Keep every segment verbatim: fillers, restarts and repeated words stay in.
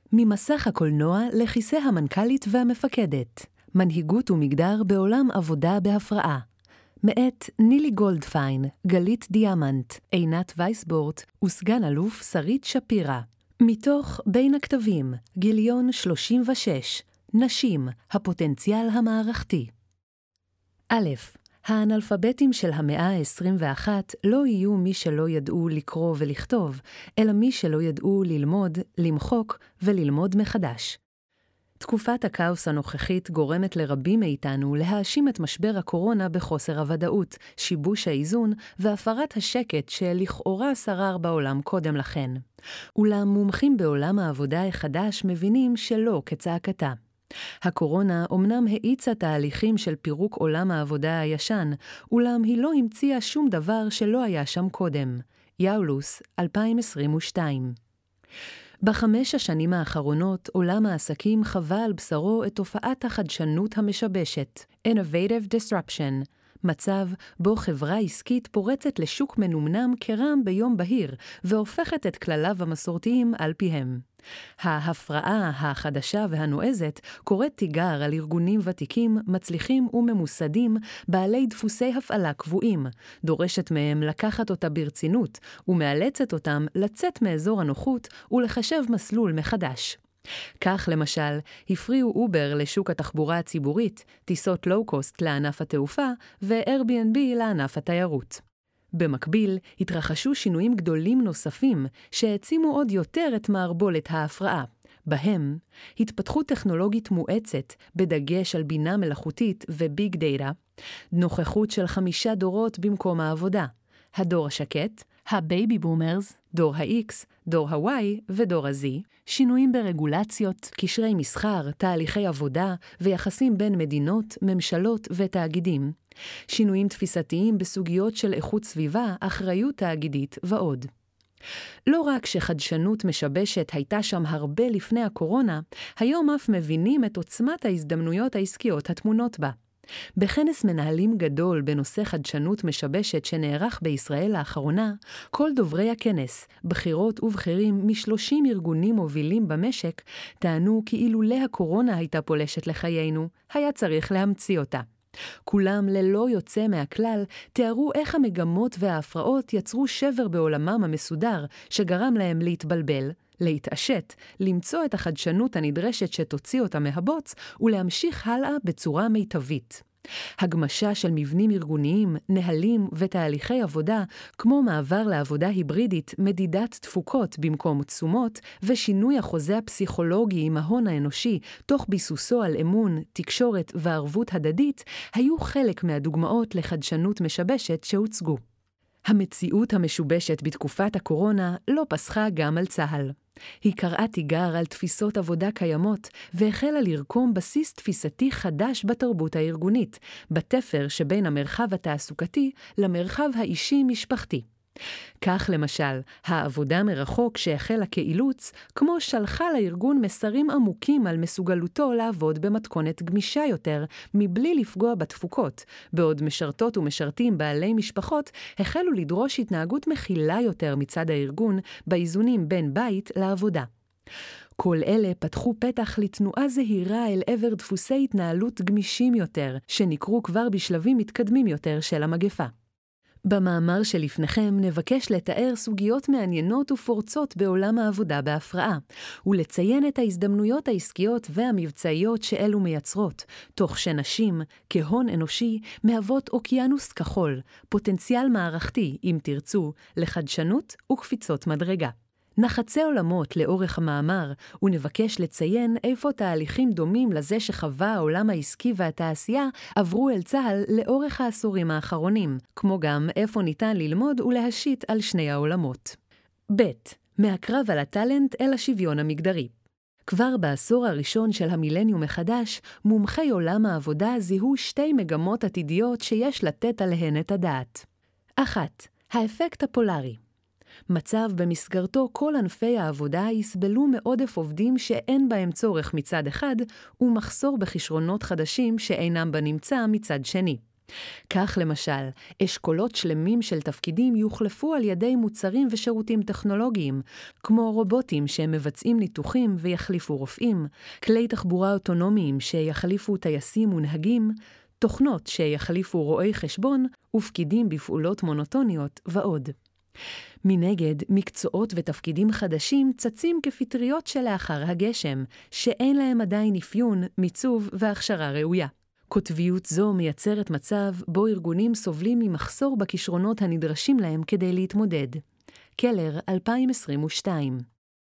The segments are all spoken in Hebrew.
ממסך הקולנוע לכיסא המנכ"לית והמפקדת. מנהיגות ומגדר בעולם עבודה בהפרעה. מאת נילי גולדפיין, גלית דיאמנט, עינת וייסבורט וסגן אלוף שרית שפירא. מתוך בין הכתבים, גיליון שלושים ושש, נשים, הפוטנציאל המערכתי. א', האנאלפביתים של המאה ה-עשרים ואחת לא יהיו מי שלא ידעו לקרוא ולכתוב, אלא מי שלא ידעו ללמוד, למחוק וללמוד מחדש. תקופת הכאוס הנוכחית גורמת לרבים מאיתנו להאשים את משבר הקורונה בחוסר הוודאות, שיבוש האיזון והפרת השקט שלכאורה שרר בעולם קודם לכן. אולם מומחים בעולם העבודה החדש מבינים שלא כצעקתה. הקורונה אומנם האיצה תהליכים של פירוק עולם העבודה הישן, אולם היא לא המציאה שום דבר שלא היה שם קודם. יאולוס, אלפיים עשרים ושתיים. בחמש השנים האחרונות עולם העסקים חווה על בשרו את תופעת החדשנות המשבשת, Innovative Disruption, מצב בו חברה עסקית פורצת לשוק מנומנם כרם ביום בהיר והופכת את כלליו המסורתיים על פיהם. ההפרעה החדשה והנועזת קוראת תיגר על ארגונים ותיקים, מצליחים וממוסדים בעלי דפוסי הפעלה קבועים, דורשת מהם לקחת אותה ברצינות ומאלצת אותם לצאת מאזור הנוחות ולחשב מסלול מחדש. כך למשל, הפריעו אובר לשוק התחבורה הציבורית, טיסות לואו-קוסט לענף התעופה ו-Airbnb לענף התיירות. במקביל, התרחשו שינויים גדולים נוספים שהעצימו עוד יותר את מערבולת ההפרעה. בהם, התפתחות טכנולוגית מואצת בדגש על בינה מלאכותית וביג דאטה, נוכחות של חמישה דורות במקום העבודה, הדור השקט, הבייבי בומרס, דור ה-X, דור ה-Y ודור ה-Z, שינויים ברגולציות, קשרי מסחר, תהליכי עבודה ויחסים בין מדינות, ממשלות ותאגידים, שינויים תפיסתיים בסוגיות של איכות סביבה, אחריות תאגידית ועוד. לא רק שחדשנות משבשת הייתה שם הרבה לפני הקורונה, היום אף מבינים את עוצמת ההזדמנויות העסקיות התמונות בה. בכנס מנהלים גדול בנושא חדשנות משבשת שנערך בישראל לאחרונה, כל דוברי הכנס, בחירות ובחירים משלושים ארגונים מובילים במשק, טענו כי אילולא הקורונה הייתה פולשת לחיינו, היה צריך להמציא אותה. כולם ללא יוצא מהכלל תיארו איך המגמות וההפרעות יצרו שבר בעולמם המסודר שגרם להם להתבלבל, להתעשת, למצוא את החדשנות הנדרשת שתוציא אותה מהבוץ ולהמשיך הלאה בצורה מיטבית. הגמשה של מבנים ארגוניים, נהלים ותהליכי עבודה, כמו מעבר לעבודה היברידית, מדידת תפוקות במקום תשומות, ושינוי החוזה הפסיכולוגי עם ההון האנושי, תוך ביסוסו על אמון, תקשורת וערבות הדדית, היו חלק מהדוגמאות לחדשנות משבשת שהוצגו. המציאות המשובשת בתקופת הקורונה לא פסחה גם על צה"ל. היא קראה תיגר על תפיסות עבודה קיימות והחלה לרקום בסיס תפיסתי חדש בתרבות הארגונית, בתפר שבין המרחב התעסוקתי למרחב האישי-משפחתי. כך למשל, העבודה מרחוק שהחלה כאילוץ, כמו שלחה לארגון מסרים עמוקים על מסוגלותו לעבוד במתכונת גמישה יותר, מבלי לפגוע בתפוקות, בעוד משרתות ומשרתים בעלי משפחות החלו לדרוש התנהגות מכילה יותר מצד הארגון, באיזונים בין בית לעבודה. כל אלה פתחו פתח לתנועה זהירה אל עבר דפוסי התנהלות גמישים יותר, שנקרו כבר בשלבים מתקדמים יותר של המגפה. במאמר שלפניכם נבקש לתאר סוגיות מעניינות ופורצות בעולם העבודה בהפרעה, ולציין את ההזדמנויות העסקיות והמבצעיות שאלו מייצרות, תוך שנשים, כהון אנושי, מהוות אוקיינוס כחול, פוטנציאל מערכתי, אם תרצו, לחדשנות וקפיצות מדרגה. נחצה עולמות לאורך המאמר, ונבקש לציין איפה תהליכים דומים לזה שחווה העולם העסקי והתעשייה עברו אל צה"ל לאורך העשורים האחרונים, כמו גם איפה ניתן ללמוד ולהשית על שני העולמות. ב' מהקרב על הטלנט אל השוויון המגדרי. כבר בעשור הראשון של המילניום החדש, מומחי עולם העבודה זיהו שתי מגמות עתידיות שיש לתת עליהן את הדעת. אחת, האפקט הפולרי. מצב במסגרתו כל ענפי העבודה יסבלו מעודף עובדים שאין בהם צורך מצד אחד, ומחסור בכישרונות חדשים שאינם בנמצא מצד שני. כך למשל, אשכולות שלמים של תפקידים יוחלפו על ידי מוצרים ושירותים טכנולוגיים, כמו רובוטים שמבצעים ניתוחים ויחליפו רופאים, כלי תחבורה אוטונומיים שיחליפו טייסים ונהגים, תוכנות שיחליפו רואי חשבון ופקידים בפעולות מונוטוניות ועוד. מנגד, מקצועות ותפקידים חדשים צצים כפטריות שלאחר הגשם, שאין להם עדיין אפיון, מיצוב והכשרה ראויה. כותביות זו מייצרת מצב בו ארגונים סובלים ממחסור בכישרונות הנדרשים להם כדי להתמודד. קלר, אלפיים עשרים ושתיים.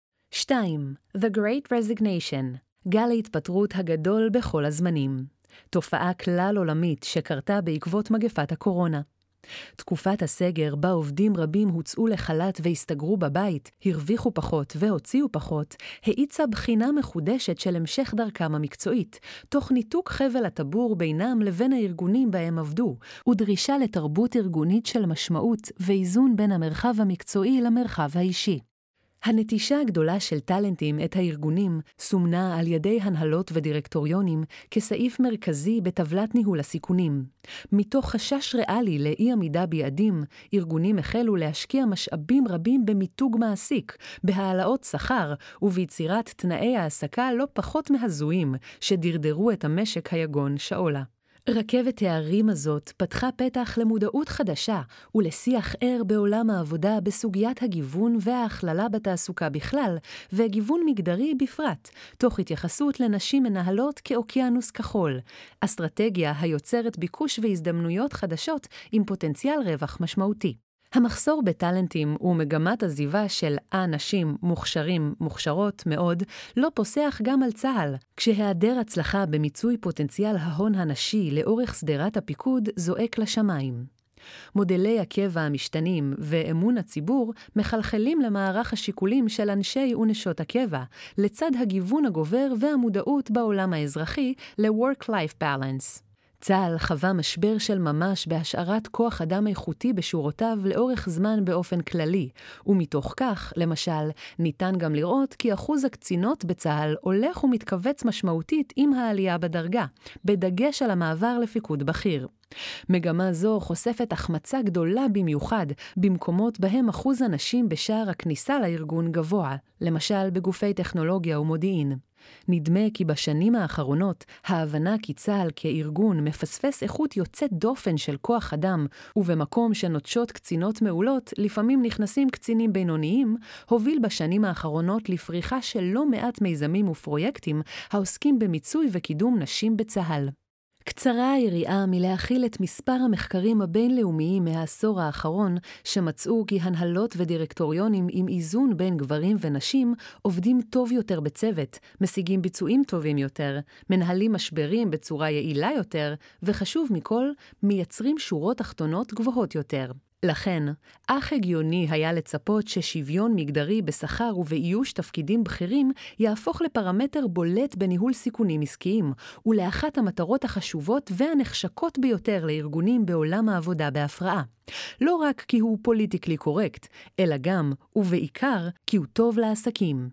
שתיים. The Great Resignation, גל ההתפטרות הגדול בכל הזמנים. תופעה כלל עולמית שקרתה בעקבות מגפת הקורונה. תקופת הסגר בה עובדים רבים הוצאו לחל"ת והסתגרו בבית, הרוויחו פחות והוציאו פחות, האיצה בחינה מחודשת של המשך דרכם המקצועית, תוך ניתוק חבל הטבור בינם לבין הארגונים בהם עבדו, ודרישה לתרבות ארגונית של משמעות ואיזון בין המרחב המקצועי למרחב האישי. הנטישה הגדולה של טלנטים את הארגונים סומנה על ידי הנהלות ודירקטוריונים כסעיף מרכזי בטבלת ניהול הסיכונים. מתוך חשש ריאלי לאי עמידה ביעדים, ארגונים החלו להשקיע משאבים רבים במיתוג מעסיק, בהעלאות שכר וביצירת תנאי העסקה לא פחות מהזויים שדרדרו את המשק היגון שאולה. רכבת הערים הזאת פתחה פתח למודעות חדשה ולשיח ער בעולם העבודה בסוגיית הגיוון וההכללה בתעסוקה בכלל וגיוון מגדרי בפרט, תוך התייחסות לנשים מנהלות כאוקיינוס כחול, אסטרטגיה היוצרת ביקוש והזדמנויות חדשות עם פוטנציאל רווח משמעותי. המחסור בטלנטים ומגמת עזיבה של אנשים מוכשרים מוכשרות מאוד לא פוסח גם על צה"ל, כשהיעדר הצלחה במיצוי פוטנציאל ההון הנשי לאורך סדרת הפיקוד זועק לשמיים. מודלי הקבע המשתנים ואמון הציבור מחלחלים למערך השיקולים של אנשי ונשות הקבע, לצד הגיוון הגובר והמודעות בעולם האזרחי ל-work-life balance. צה"ל חווה משבר של ממש בהשארת כוח אדם איכותי בשורותיו לאורך זמן באופן כללי, ומתוך כך, למשל, ניתן גם לראות כי אחוז הקצינות בצה"ל הולך ומתכווץ משמעותית עם העלייה בדרגה, בדגש על המעבר לפיקוד בכיר. מגמה זו חושפת החמצה גדולה במיוחד במקומות בהם אחוז הנשים בשער הכניסה לארגון גבוה, למשל בגופי טכנולוגיה ומודיעין. נדמה כי בשנים האחרונות ההבנה כי צה"ל כארגון מפספס איכות יוצאת דופן של כוח אדם, ובמקום שנוטשות קצינות מעולות לפעמים נכנסים קצינים בינוניים, הוביל בשנים האחרונות לפריחה של לא מעט מיזמים ופרויקטים העוסקים במיצוי וקידום נשים בצה"ל. קצרה היריעה מלהכיל את מספר המחקרים הבינלאומיים מהעשור האחרון שמצאו כי הנהלות ודירקטוריונים עם איזון בין גברים ונשים עובדים טוב יותר בצוות, משיגים ביצועים טובים יותר, מנהלים משברים בצורה יעילה יותר, וחשוב מכל, מייצרים שורות תחתונות גבוהות יותר. לכן, אך הגיוני היה לצפות ששוויון מגדרי בשכר ובאיוש תפקידים בכירים יהפוך לפרמטר בולט בניהול סיכונים עסקיים, ולאחת המטרות החשובות והנחשקות ביותר לארגונים בעולם העבודה בהפרעה. לא רק כי הוא פוליטיקלי קורקט, אלא גם, ובעיקר, כי הוא טוב לעסקים.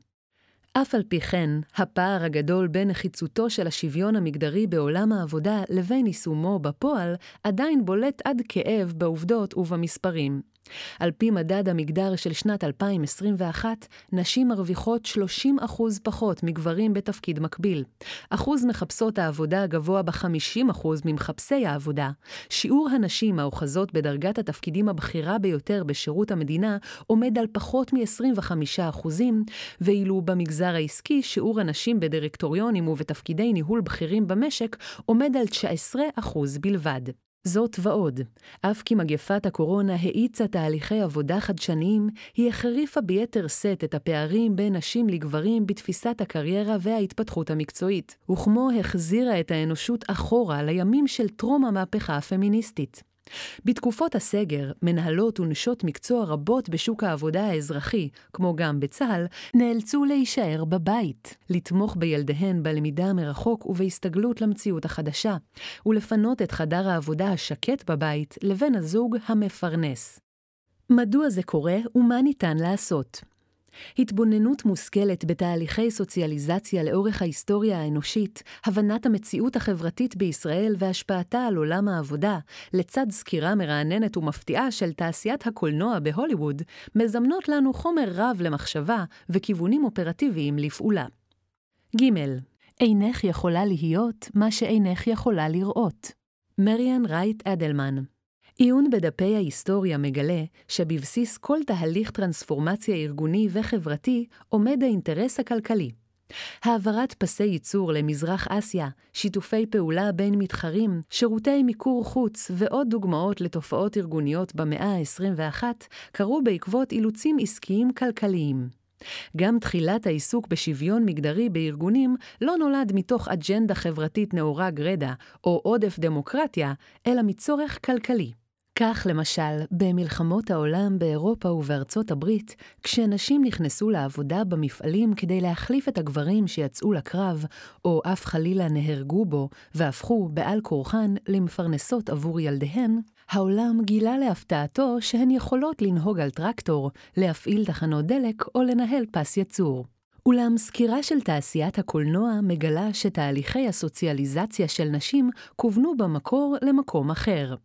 אף על פי כן, הפער הגדול בין נחיצותו של השוויון המגדרי בעולם העבודה לבין יישומו בפועל עדיין בולט עד כאב בעובדות ובמספרים. על פי מדד המגדר של שנת אלפיים עשרים ואחת, נשים מרוויחות שלושים אחוז פחות מגברים בתפקיד מקביל. אחוז מחפשות העבודה גבוה ב-חמישים אחוז ממחפשי העבודה. שיעור הנשים האוחזות בדרגת התפקידים הבכירה ביותר בשירות המדינה עומד על פחות מ-עשרים וחמישה אחוזים, ואילו במגזר העסקי שיעור הנשים בדירקטוריונים ובתפקידי ניהול בכירים במשק עומד על תשעה עשר אחוז בלבד. זאת ועוד, אף כי מגפת הקורונה האיצה תהליכי עבודה חדשניים, היא החריפה ביתר סט את הפערים בין נשים לגברים בתפיסת הקריירה וההתפתחות המקצועית, וכמו החזירה את האנושות אחורה לימים של טרום המהפכה הפמיניסטית. בתקופות הסגר, מנהלות ונשות מקצוע רבות בשוק העבודה האזרחי, כמו גם בצה"ל, נאלצו להישאר בבית, לתמוך בילדיהן בלמידה מרחוק ובהסתגלות למציאות החדשה, ולפנות את חדר העבודה השקט בבית לבן הזוג המפרנס. מדוע זה קורה ומה ניתן לעשות? התבוננות מושכלת בתהליכי סוציאליזציה לאורך ההיסטוריה האנושית, הבנת המציאות החברתית בישראל והשפעתה על עולם העבודה, לצד סקירה מרעננת ומפתיעה של תעשיית הקולנוע בהוליווד, מזמנות לנו חומר רב למחשבה וכיוונים אופרטיביים לפעולה. ג. אינך יכולה להיות מה שאינך יכולה לראות. מריאן רייט אדלמן. עיון בדפי ההיסטוריה מגלה שבבסיס כל תהליך טרנספורמציה ארגוני וחברתי עומד האינטרס הכלכלי. העברת פסי ייצור למזרח אסיה, שיתופי פעולה בין מתחרים, שירותי מיקור חוץ ועוד דוגמאות לתופעות ארגוניות במאה ה-עשרים ואחת קרו בעקבות אילוצים עסקיים כלכליים. גם תחילת העיסוק בשוויון מגדרי בארגונים לא נולד מתוך אג'נדה חברתית נאורה גרדה או עודף דמוקרטיה, אלא מצורך כלכלי. כך למשל, במלחמות העולם באירופה ובארצות הברית, כשנשים נכנסו לעבודה במפעלים כדי להחליף את הגברים שיצאו לקרב, או אף חלילה נהרגו בו והפכו בעל כורחן למפרנסות עבור ילדיהן, העולם גילה להפתעתו שהן יכולות לנהוג על טרקטור, להפעיל תחנות דלק או לנהל פס ייצור. אולם סקירה של תעשיית הקולנוע מגלה שתהליכי הסוציאליזציה של נשים כוונו במקור למקום אחר.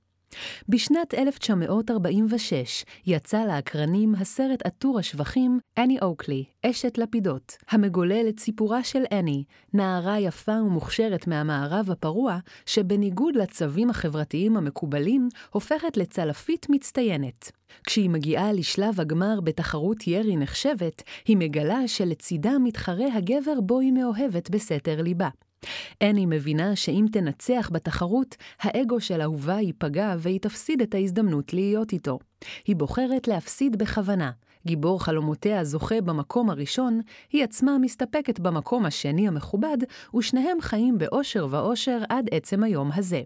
בשנת אלף תשע מאות ארבעים ושש יצא לאקרנים הסרט עטור השבחים אני אוקלי, אשת לפידות, המגולל את סיפורה של אני, נערה יפה ומוכשרת מהמערב הפרוע, שבניגוד לצווים החברתיים המקובלים, הופכת לצלפית מצטיינת. כשהיא מגיעה לשלב הגמר בתחרות ירי נחשבת, היא מגלה שלצידה מתחרה הגבר בו היא מאוהבת בסתר ליבה. אני מבינה שאם תנצח בתחרות, האגו של אהובה ייפגע והיא תפסיד את ההזדמנות להיות איתו. היא בוחרת להפסיד בכוונה. גיבור חלומותיה זוכה במקום הראשון, היא עצמה מסתפקת במקום השני המכובד, ושניהם חיים באושר ואושר עד עצם היום הזה.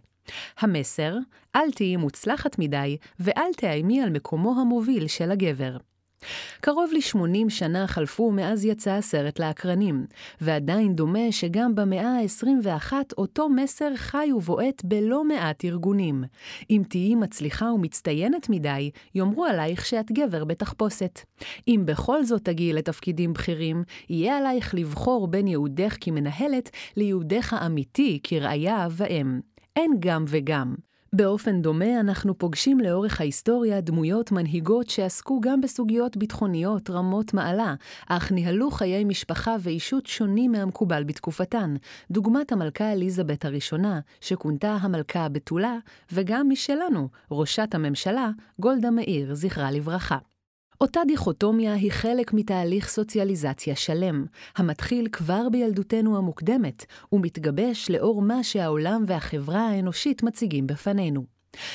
המסר, אל תהי מוצלחת מדי ואל תאיימי על מקומו המוביל של הגבר. קרוב ל-שמונים שנה חלפו מאז יצא הסרט לאקרנים, ועדיין דומה שגם במאה ה-עשרים ואחת אותו מסר חי ובועט בלא מעט ארגונים. אם תהיי מצליחה ומצטיינת מדי, יאמרו עלייך שאת גבר בתחפושת. אם בכל זאת תגיעי לתפקידים בכירים, יהיה עלייך לבחור בין יהודך כמנהלת ליהודך האמיתי כראיה ואם. אין גם וגם. באופן דומה אנחנו פוגשים לאורך ההיסטוריה דמויות מנהיגות שעסקו גם בסוגיות ביטחוניות רמות מעלה, אך ניהלו חיי משפחה ואישות שונים מהמקובל בתקופתן, דוגמת המלכה אליזבת הראשונה, שכונתה המלכה הבתולה, וגם משלנו, ראשת הממשלה, גולדה מאיר, זכרה לברכה. אותה דיכוטומיה היא חלק מתהליך סוציאליזציה שלם, המתחיל כבר בילדותנו המוקדמת, ומתגבש לאור מה שהעולם והחברה האנושית מציגים בפנינו.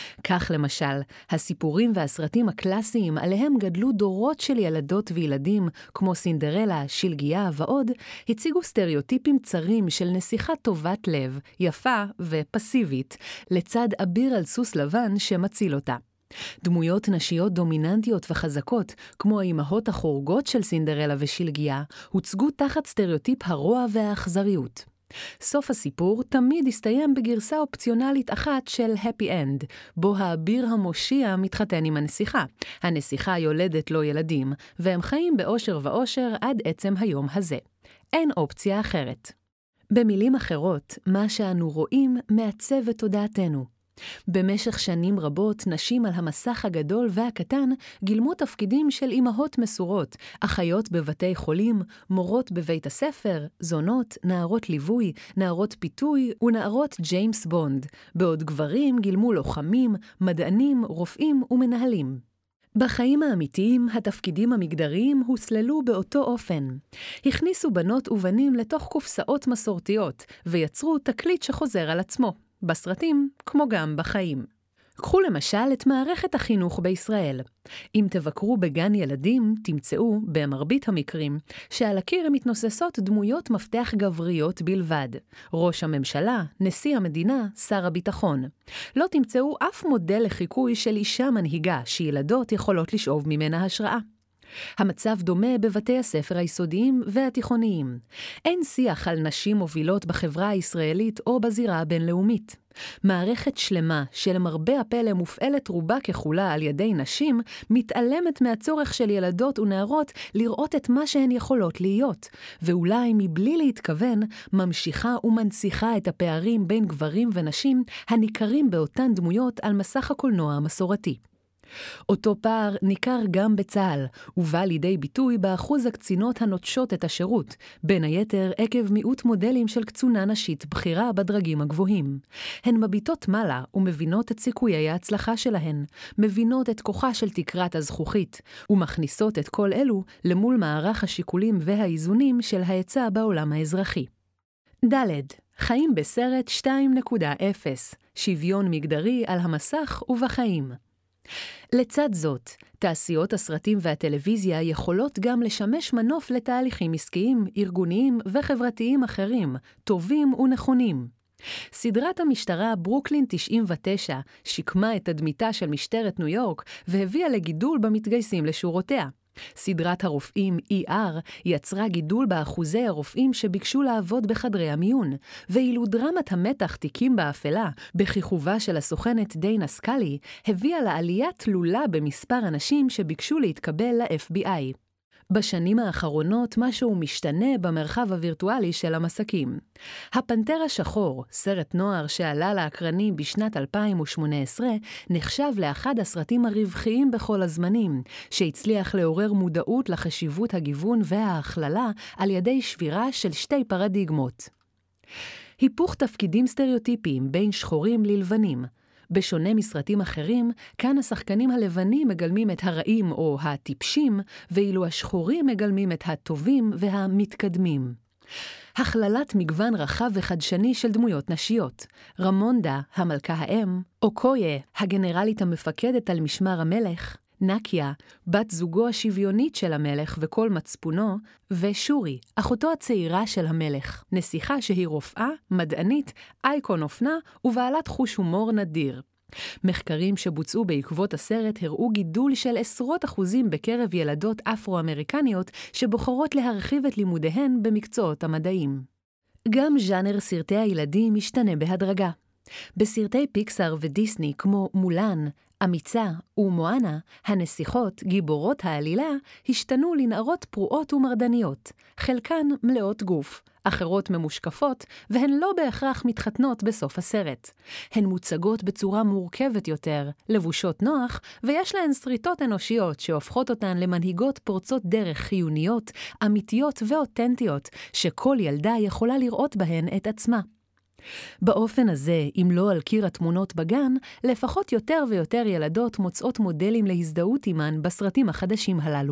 כך למשל, הסיפורים והסרטים הקלאסיים עליהם גדלו דורות של ילדות וילדים, כמו סינדרלה, שלגיה ועוד, הציגו סטריאוטיפים צרים של נסיכה טובת לב, יפה ופסיבית, לצד אביר על סוס לבן שמציל אותה. דמויות נשיות דומיננטיות וחזקות, כמו האימהות החורגות של סינדרלה ושלגיה, הוצגו תחת סטריאוטיפ הרוע והאכזריות. סוף הסיפור תמיד הסתיים בגרסה אופציונלית אחת של happy end, בו האביר המושיע מתחתן עם הנסיכה. הנסיכה יולדת לו ילדים, והם חיים באושר ואושר עד עצם היום הזה. אין אופציה אחרת. במילים אחרות, מה שאנו רואים מעצב את תודעתנו. במשך שנים רבות, נשים על המסך הגדול והקטן גילמו תפקידים של אימהות מסורות, אחיות בבתי חולים, מורות בבית הספר, זונות, נערות ליווי, נערות פיתוי ונערות ג'יימס בונד, בעוד גברים גילמו לוחמים, מדענים, רופאים ומנהלים. בחיים האמיתיים, התפקידים המגדריים הוסללו באותו אופן. הכניסו בנות ובנים לתוך קופסאות מסורתיות, ויצרו תקליט שחוזר על עצמו. בסרטים, כמו גם בחיים. קחו למשל את מערכת החינוך בישראל. אם תבקרו בגן ילדים, תמצאו, במרבית המקרים, שעל הקיר מתנוססות דמויות מפתח גבריות בלבד. ראש הממשלה, נשיא המדינה, שר הביטחון. לא תמצאו אף מודל לחיקוי של אישה מנהיגה, שילדות יכולות לשאוב ממנה השראה. המצב דומה בבתי הספר היסודיים והתיכוניים. אין שיח על נשים מובילות בחברה הישראלית או בזירה הבינלאומית. מערכת שלמה שלמרבה הפלא מופעלת רובה ככולה על ידי נשים, מתעלמת מהצורך של ילדות ונערות לראות את מה שהן יכולות להיות, ואולי מבלי להתכוון, ממשיכה ומנציחה את הפערים בין גברים ונשים הניכרים באותן דמויות על מסך הקולנוע המסורתי. אותו פער ניכר גם בצה"ל, ובא לידי ביטוי באחוז הקצינות הנוטשות את השירות, בין היתר עקב מיעוט מודלים של קצונה נשית בחירה בדרגים הגבוהים. הן מביטות מעלה ומבינות את סיכויי ההצלחה שלהן, מבינות את כוחה של תקרת הזכוכית, ומכניסות את כל אלו למול מערך השיקולים והאיזונים של ההיצע בעולם האזרחי. ד' חיים בסרט שתיים נקודה אפס, שוויון מגדרי על המסך ובחיים. לצד זאת, תעשיות הסרטים והטלוויזיה יכולות גם לשמש מנוף לתהליכים עסקיים, ארגוניים וחברתיים אחרים, טובים ונכונים. סדרת המשטרה ברוקלין תשעים ותשע שיקמה את תדמיתה של משטרת ניו יורק והביאה לגידול במתגייסים לשורותיה. סדרת הרופאים אי אר יצרה גידול באחוזי הרופאים שביקשו לעבוד בחדרי המיון, ואילו דרמת המתח תיקים באפלה, בכיכובה של הסוכנת דיינה סקאלי, הביאה לעלייה תלולה במספר אנשים שביקשו להתקבל ל-אף בי איי. בשנים האחרונות משהו משתנה במרחב הווירטואלי של המסקים. הפנתר השחור, סרט נוער שעלה לאקרנים בשנת אלפיים ושמונה עשרה, נחשב לאחד הסרטים הרווחיים בכל הזמנים, שהצליח לעורר מודעות לחשיבות הגיוון וההכללה על ידי שבירה של שתי פרדיגמות. היפוך תפקידים סטריאוטיפיים בין שחורים ללבנים. בשונה מסרטים אחרים, כאן השחקנים הלבנים מגלמים את הרעים או הטיפשים, ואילו השחורים מגלמים את הטובים והמתקדמים. הכללת מגוון רחב וחדשני של דמויות נשיות. רמונדה, המלכה האם, אוקויה, הגנרלית המפקדת על משמר המלך, נקיה, בת זוגו השוויונית של המלך וכל מצפונו, ושורי, אחותו הצעירה של המלך, נסיכה שהיא רופאה, מדענית, אייקון אופנה ובעלת חוש הומור נדיר. מחקרים שבוצעו בעקבות הסרט הראו גידול של עשרות אחוזים בקרב ילדות אפרו-אמריקניות שבוחרות להרחיב את לימודיהן במקצועות המדעיים. גם ז'אנר סרטי הילדים משתנה בהדרגה. בסרטי פיקסאר ודיסני כמו מולן, אמיצה ומואנה, הנסיכות, גיבורות העלילה, השתנו לנערות פרועות ומרדניות, חלקן מלאות גוף, אחרות ממושקפות, והן לא בהכרח מתחתנות בסוף הסרט. הן מוצגות בצורה מורכבת יותר, לבושות נוח, ויש להן שריטות אנושיות שהופכות אותן למנהיגות פורצות דרך חיוניות, אמיתיות ואותנטיות, שכל ילדה יכולה לראות בהן את עצמה. באופן הזה, אם לא על קיר התמונות בגן, לפחות יותר ויותר ילדות מוצאות מודלים להזדהות עימן בסרטים החדשים הללו.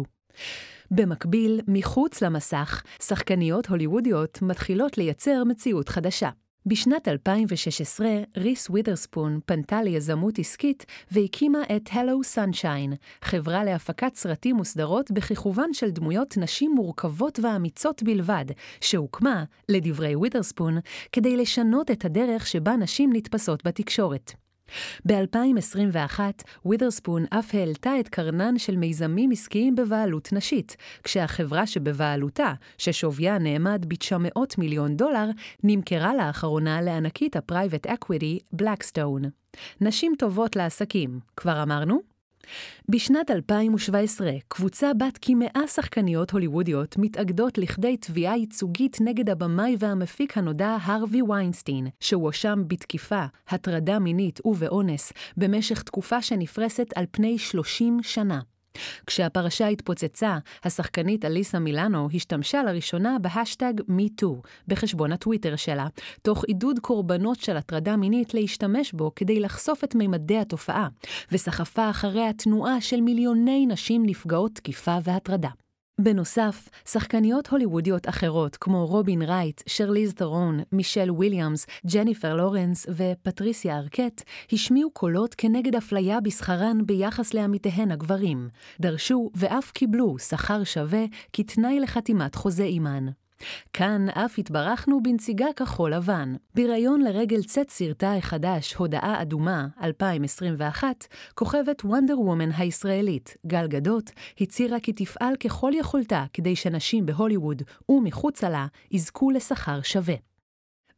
במקביל, מחוץ למסך, שחקניות הוליוודיות מתחילות לייצר מציאות חדשה. בשנת אלפיים ושש עשרה, ריס ווית'רספון פנתה ליזמות עסקית והקימה את Hello Sunshine, חברה להפקת סרטים וסדרות בכיכובן של דמויות נשים מורכבות ואמיצות בלבד, שהוקמה, לדברי ווית'רספון, כדי לשנות את הדרך שבה נשים נתפסות בתקשורת. ב-אלפיים עשרים ואחת, ווית'רספון אף העלתה את קרנן של מיזמים עסקיים בבעלות נשית, כשהחברה שבבעלותה, ששוויה נאמד ב-תשע מאות מיליון דולר, נמכרה לאחרונה לענקית הפרייבט אקוויטי בלקסטון. נשים טובות לעסקים, כבר אמרנו? בשנת אלפיים שבע עשרה, קבוצה בת כמאה שחקניות הוליוודיות מתאגדות לכדי תביעה ייצוגית נגד הבמאי והמפיק הנודע הרווי ויינסטיין, שהואשם בתקיפה, הטרדה מינית ובאונס במשך תקופה שנפרסת על פני שלושים שנה. כשהפרשה התפוצצה, השחקנית אליסה מילאנו השתמשה לראשונה בהשטג מי טו בחשבון הטוויטר שלה, תוך עידוד קורבנות של הטרדה מינית להשתמש בו כדי לחשוף את מימדי התופעה, וסחפה אחרי התנועה של מיליוני נשים נפגעות תקיפה והטרדה. בנוסף, שחקניות הוליוודיות אחרות כמו רובין רייט, שרליז ת'רון, מישל וויליאמס, ג'ניפר לורנס ופטריסיה ארקט השמיעו קולות כנגד אפליה בשכרן ביחס לעמיתיהן הגברים, דרשו ואף קיבלו שכר שווה כתנאי לחתימת חוזה עימן. כאן אף התברכנו בנציגה כחול לבן. בראיון לרגל צאת סרטה החדש, הודעה אדומה, אלפיים עשרים ואחת, כוכבת וונדר וומן הישראלית, גל גדות, הצהירה כי תפעל ככל יכולתה כדי שנשים בהוליווד ומחוצה לה יזכו לשכר שווה.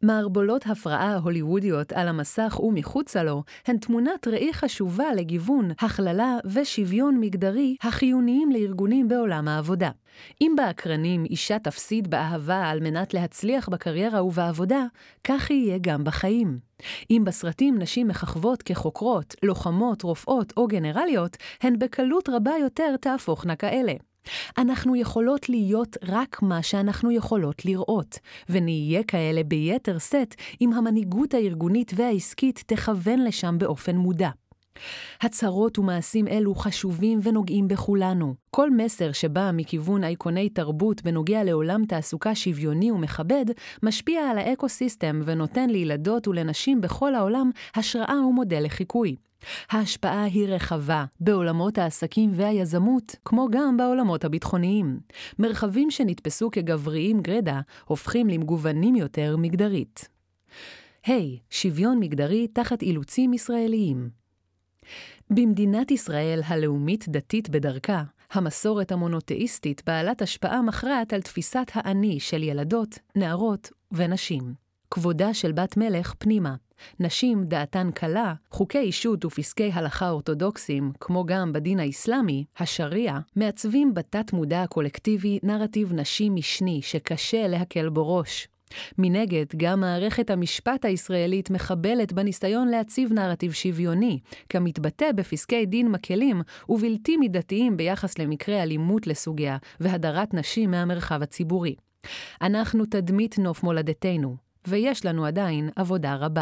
מערבולות הפרעה הוליוודיות על המסך ומחוצה לו הן תמונת ראי חשובה לגיוון, הכללה ושוויון מגדרי החיוניים לארגונים בעולם העבודה. אם באקרנים אישה תפסיד באהבה על מנת להצליח בקריירה ובעבודה, כך יהיה גם בחיים. אם בסרטים נשים מככבות כחוקרות, לוחמות, רופאות או גנרליות, הן בקלות רבה יותר תהפוכנה כאלה. אנחנו יכולות להיות רק מה שאנחנו יכולות לראות, ונהיה כאלה ביתר סט אם המנהיגות הארגונית והעסקית תכוון לשם באופן מודע. הצהרות ומעשים אלו חשובים ונוגעים בכולנו. כל מסר שבא מכיוון אייקוני תרבות בנוגע לעולם תעסוקה שוויוני ומכבד, משפיע על האקוסיסטם ונותן לילדות ולנשים בכל העולם השראה ומודל לחיקוי. ההשפעה היא רחבה בעולמות העסקים והיזמות, כמו גם בעולמות הביטחוניים. מרחבים שנתפסו כגבריים גרדה, הופכים למגוונים יותר מגדרית. היי, שוויון מגדרי תחת אילוצים ישראליים. במדינת ישראל הלאומית דתית בדרכה, המסורת המונותאיסטית בעלת השפעה מכרעת על תפיסת האני של ילדות, נערות ונשים. כבודה של בת מלך פנימה. נשים דעתן קלה, חוקי אישות ופסקי הלכה אורתודוקסיים, כמו גם בדין האסלאמי, השריעה, מעצבים בתת מודע הקולקטיבי נרטיב נשי משני שקשה להקל בו ראש. מנגד, גם מערכת המשפט הישראלית מחבלת בניסיון להציב נרטיב שוויוני, כמתבטא בפסקי דין מקלים ובלתי מידתיים ביחס למקרה אלימות לסוגיה והדרת נשים מהמרחב הציבורי. אנחנו תדמית נוף מולדתנו, ויש לנו עדיין עבודה רבה.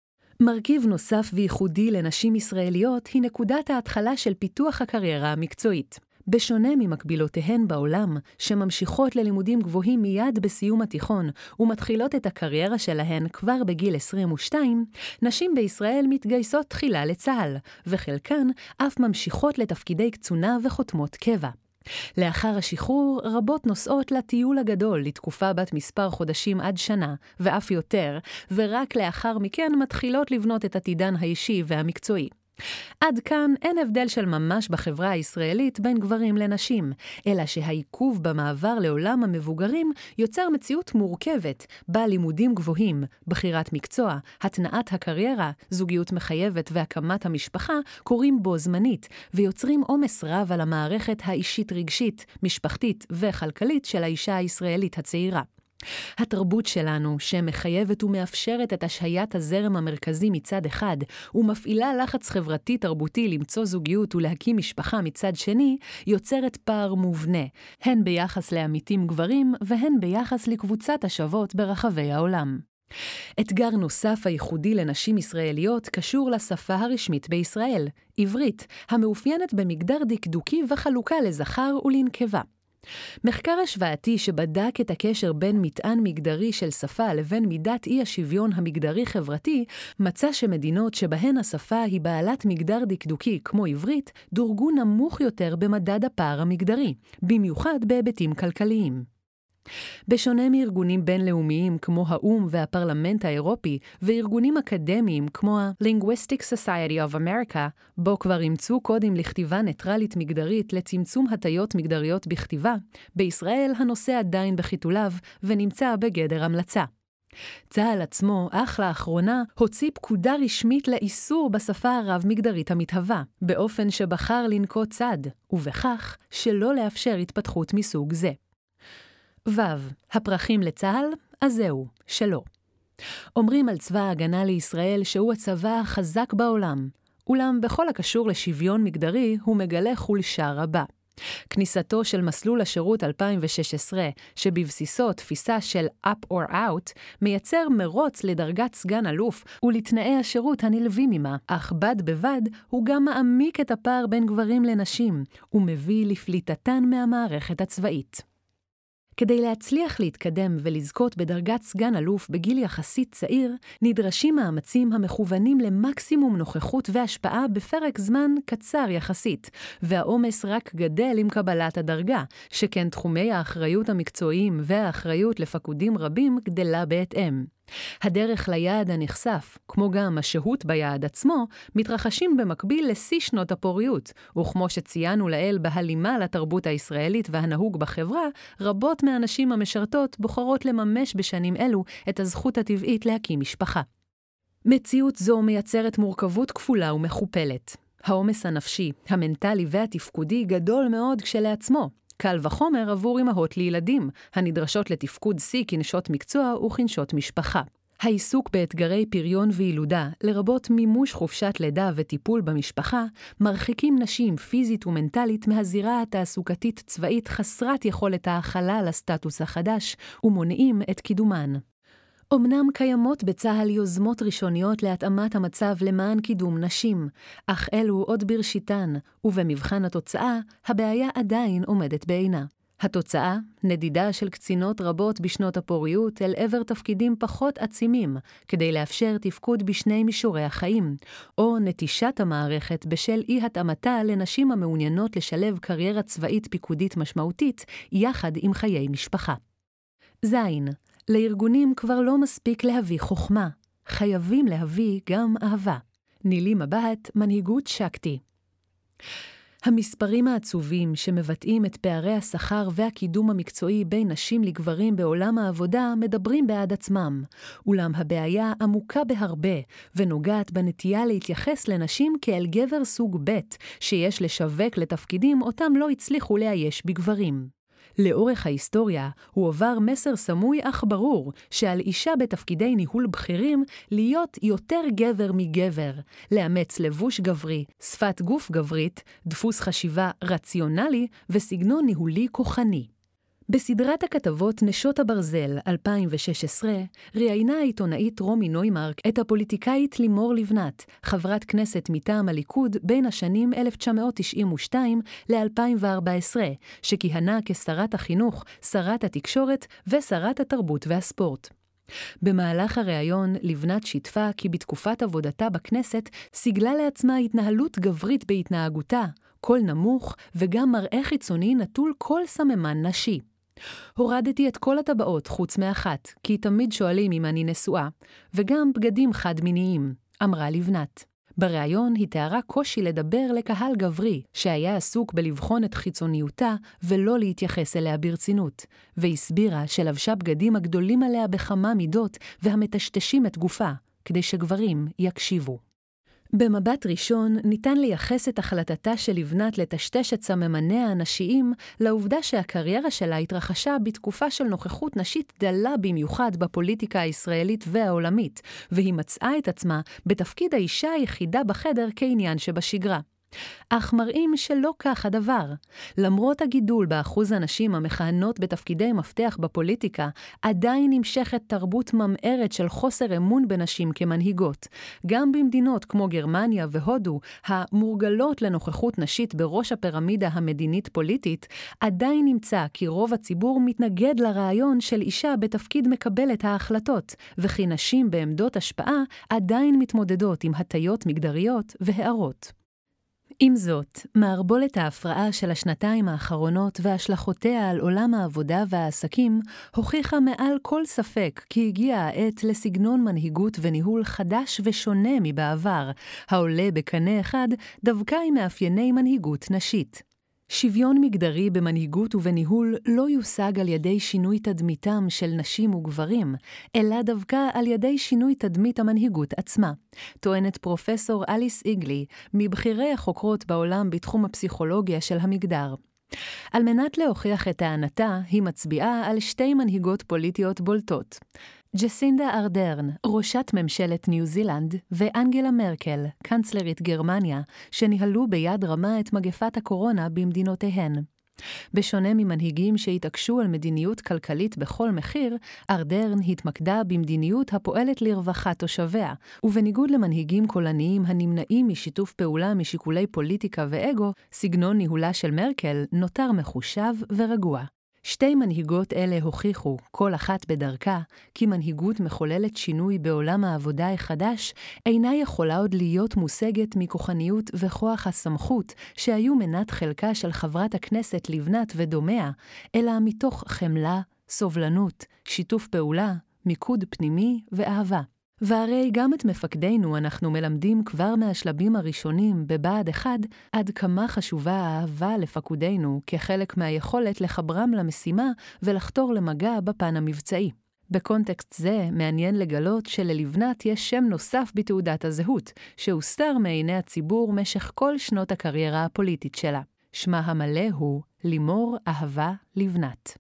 מרכיב נוסף וייחודי לנשים ישראליות היא נקודת ההתחלה של פיתוח הקריירה המקצועית. בשונה ממקבילותיהן בעולם, שממשיכות ללימודים גבוהים מיד בסיום התיכון ומתחילות את הקריירה שלהן כבר בגיל עשרים ושתיים, נשים בישראל מתגייסות תחילה לצה"ל, וחלקן אף ממשיכות לתפקידי קצונה וחותמות קבע. לאחר השחרור, רבות נוסעות לטיול הגדול לתקופה בת מספר חודשים עד שנה, ואף יותר, ורק לאחר מכן מתחילות לבנות את עתידן האישי והמקצועי. עד כאן אין הבדל של ממש בחברה הישראלית בין גברים לנשים, אלא שהעיכוב במעבר לעולם המבוגרים יוצר מציאות מורכבת, בה לימודים גבוהים, בחירת מקצוע, התנעת הקריירה, זוגיות מחייבת והקמת המשפחה קורים בו זמנית, ויוצרים עומס רב על המערכת האישית רגשית, משפחתית וכלכלית של האישה הישראלית הצעירה. התרבות שלנו, שמחייבת ומאפשרת את השהיית הזרם המרכזי מצד אחד, ומפעילה לחץ חברתי תרבותי למצוא זוגיות ולהקים משפחה מצד שני, יוצרת פער מובנה, הן ביחס לעמיתים גברים, והן ביחס לקבוצת השוות ברחבי העולם. אתגר נוסף הייחודי לנשים ישראליות קשור לשפה הרשמית בישראל, עברית, המאופיינת במגדר דקדוקי וחלוקה לזכר ולנקבה. מחקר השוואתי שבדק את הקשר בין מטען מגדרי של שפה לבין מידת אי השוויון המגדרי-חברתי, מצא שמדינות שבהן השפה היא בעלת מגדר דקדוקי כמו עברית, דורגו נמוך יותר במדד הפער המגדרי, במיוחד בהיבטים כלכליים. בשונה מארגונים בינלאומיים כמו האו"ם והפרלמנט האירופי, וארגונים אקדמיים כמו ה-Linguistic Society of America, בו כבר אימצו קודים לכתיבה ניטרלית מגדרית לצמצום הטיות מגדריות בכתיבה, בישראל הנושא עדיין בחיתוליו ונמצא בגדר המלצה. צה"ל עצמו, אך לאחרונה, הוציא פקודה רשמית לאיסור בשפה הרב-מגדרית המתהווה, באופן שבחר לנקוט צד, ובכך שלא לאפשר התפתחות מסוג זה. ו. הפרחים לצה"ל? אז זהו, שלא. אומרים על צבא ההגנה לישראל שהוא הצבא החזק בעולם, אולם בכל הקשור לשוויון מגדרי הוא מגלה חולשה רבה. כניסתו של מסלול השירות אלפיים ושש עשרה, שבבסיסו תפיסה של up or out, מייצר מרוץ לדרגת סגן אלוף ולתנאי השירות הנלווים עמה, אך בד בבד הוא גם מעמיק את הפער בין גברים לנשים, ומביא לפליטתן מהמערכת הצבאית. כדי להצליח להתקדם ולזכות בדרגת סגן אלוף בגיל יחסית צעיר, נדרשים מאמצים המכוונים למקסימום נוכחות והשפעה בפרק זמן קצר יחסית, והעומס רק גדל עם קבלת הדרגה, שכן תחומי האחריות המקצועיים והאחריות לפקודים רבים גדלה בהתאם. הדרך ליעד הנחשף, כמו גם השהות ביעד עצמו, מתרחשים במקביל לשיא שנות הפוריות, וכמו שציינו לאל בהלימה לתרבות הישראלית והנהוג בחברה, רבות מהנשים המשרתות בוחרות לממש בשנים אלו את הזכות הטבעית להקים משפחה. מציאות זו מייצרת מורכבות כפולה ומכופלת. העומס הנפשי, המנטלי והתפקודי גדול מאוד כשלעצמו. קל וחומר עבור אמהות לילדים, הנדרשות לתפקוד שיא כנשות מקצוע וכנשות משפחה. העיסוק באתגרי פריון וילודה, לרבות מימוש חופשת לידה וטיפול במשפחה, מרחיקים נשים פיזית ומנטלית מהזירה התעסוקתית צבאית חסרת יכולת ההכלה לסטטוס החדש, ומונעים את קידומן. אמנם קיימות בצה"ל יוזמות ראשוניות להתאמת המצב למען קידום נשים, אך אלו עוד בראשיתן, ובמבחן התוצאה, הבעיה עדיין עומדת בעינה. התוצאה, נדידה של קצינות רבות בשנות הפוריות אל עבר תפקידים פחות עצימים, כדי לאפשר תפקוד בשני מישורי החיים, או נטישת המערכת בשל אי התאמתה לנשים המעוניינות לשלב קריירה צבאית פיקודית משמעותית, יחד עם חיי משפחה. זין, לארגונים כבר לא מספיק להביא חוכמה, חייבים להביא גם אהבה. נילי מבט, מנהיגות שקטי. המספרים העצובים שמבטאים את פערי השכר והקידום המקצועי בין נשים לגברים בעולם העבודה מדברים בעד עצמם, אולם הבעיה עמוקה בהרבה ונוגעת בנטייה להתייחס לנשים כאל גבר סוג ב' שיש לשווק לתפקידים אותם לא הצליחו לאייש בגברים. לאורך ההיסטוריה הוא עובר מסר סמוי אך ברור שעל אישה בתפקידי ניהול בכירים להיות יותר גבר מגבר, לאמץ לבוש גברי, שפת גוף גברית, דפוס חשיבה רציונלי וסגנון ניהולי כוחני. בסדרת הכתבות נשות הברזל אלפיים ושש עשרה ראיינה העיתונאית רומי נוימרק את הפוליטיקאית לימור לבנת, חברת כנסת מטעם הליכוד בין השנים אלף תשע מאות תשעים ושתיים ל-אלפיים וארבע עשרה, שכיהנה כשרת החינוך, שרת התקשורת ושרת התרבות והספורט. במהלך הראיון לבנת שיתפה כי בתקופת עבודתה בכנסת סיגלה לעצמה התנהלות גברית בהתנהגותה, קול נמוך וגם מראה חיצוני נטול כל סממן נשי. הורדתי את כל הטבעות חוץ מאחת, כי תמיד שואלים אם אני נשואה, וגם בגדים חד-מיניים, אמרה לבנת. בריאיון היא תיארה קושי לדבר לקהל גברי, שהיה עסוק בלבחון את חיצוניותה ולא להתייחס אליה ברצינות, והסבירה שלבשה בגדים הגדולים עליה בכמה מידות והמטשטשים את גופה, כדי שגברים יקשיבו. במבט ראשון ניתן לייחס את החלטתה של לבנת לטשטש את סממניה הנשיים לעובדה שהקריירה שלה התרחשה בתקופה של נוכחות נשית דלה במיוחד בפוליטיקה הישראלית והעולמית, והיא מצאה את עצמה בתפקיד האישה היחידה בחדר כעניין שבשגרה. אך מראים שלא כך הדבר. למרות הגידול באחוז הנשים המכהנות בתפקידי מפתח בפוליטיקה, עדיין נמשכת תרבות ממארת של חוסר אמון בנשים כמנהיגות. גם במדינות כמו גרמניה והודו, המורגלות לנוכחות נשית בראש הפירמידה המדינית-פוליטית, עדיין נמצא כי רוב הציבור מתנגד לרעיון של אישה בתפקיד מקבלת ההחלטות, וכי נשים בעמדות השפעה עדיין מתמודדות עם הטיות מגדריות והערות. עם זאת, מערבולת ההפרעה של השנתיים האחרונות והשלכותיה על עולם העבודה והעסקים הוכיחה מעל כל ספק כי הגיעה העת לסגנון מנהיגות וניהול חדש ושונה מבעבר, העולה בקנה אחד דווקא עם מאפייני מנהיגות נשית. שוויון מגדרי במנהיגות ובניהול לא יושג על ידי שינוי תדמיתם של נשים וגברים, אלא דווקא על ידי שינוי תדמית המנהיגות עצמה, טוענת פרופסור אליס איגלי, מבחירי החוקרות בעולם בתחום הפסיכולוגיה של המגדר. על מנת להוכיח את טענתה, היא מצביעה על שתי מנהיגות פוליטיות בולטות. ג'סינדה ארדרן, ראשת ממשלת ניו זילנד, ואנגלה מרקל, קנצלרית גרמניה, שניהלו ביד רמה את מגפת הקורונה במדינותיהן. בשונה ממנהיגים שהתעקשו על מדיניות כלכלית בכל מחיר, ארדרן התמקדה במדיניות הפועלת לרווחת תושביה, ובניגוד למנהיגים קולניים הנמנעים משיתוף פעולה משיקולי פוליטיקה ואגו, סגנון ניהולה של מרקל נותר מחושב ורגוע. שתי מנהיגות אלה הוכיחו, כל אחת בדרכה, כי מנהיגות מחוללת שינוי בעולם העבודה החדש, אינה יכולה עוד להיות מושגת מכוחניות וכוח הסמכות שהיו מנת חלקה של חברת הכנסת לבנת ודומיה, אלא מתוך חמלה, סובלנות, שיתוף פעולה מיקוד פנימי ואהבה. והרי גם את מפקדינו אנחנו מלמדים כבר מהשלבים הראשונים בבה"ד אחד עד כמה חשובה האהבה לפקודינו כחלק מהיכולת לחברם למשימה ולחתור למגע בפן המבצעי. בקונטקסט זה מעניין לגלות שללבנת יש שם נוסף בתעודת הזהות, שהוסתר מעיני הציבור משך כל שנות הקריירה הפוליטית שלה. שמה המלא הוא לימור אהבה לבנת.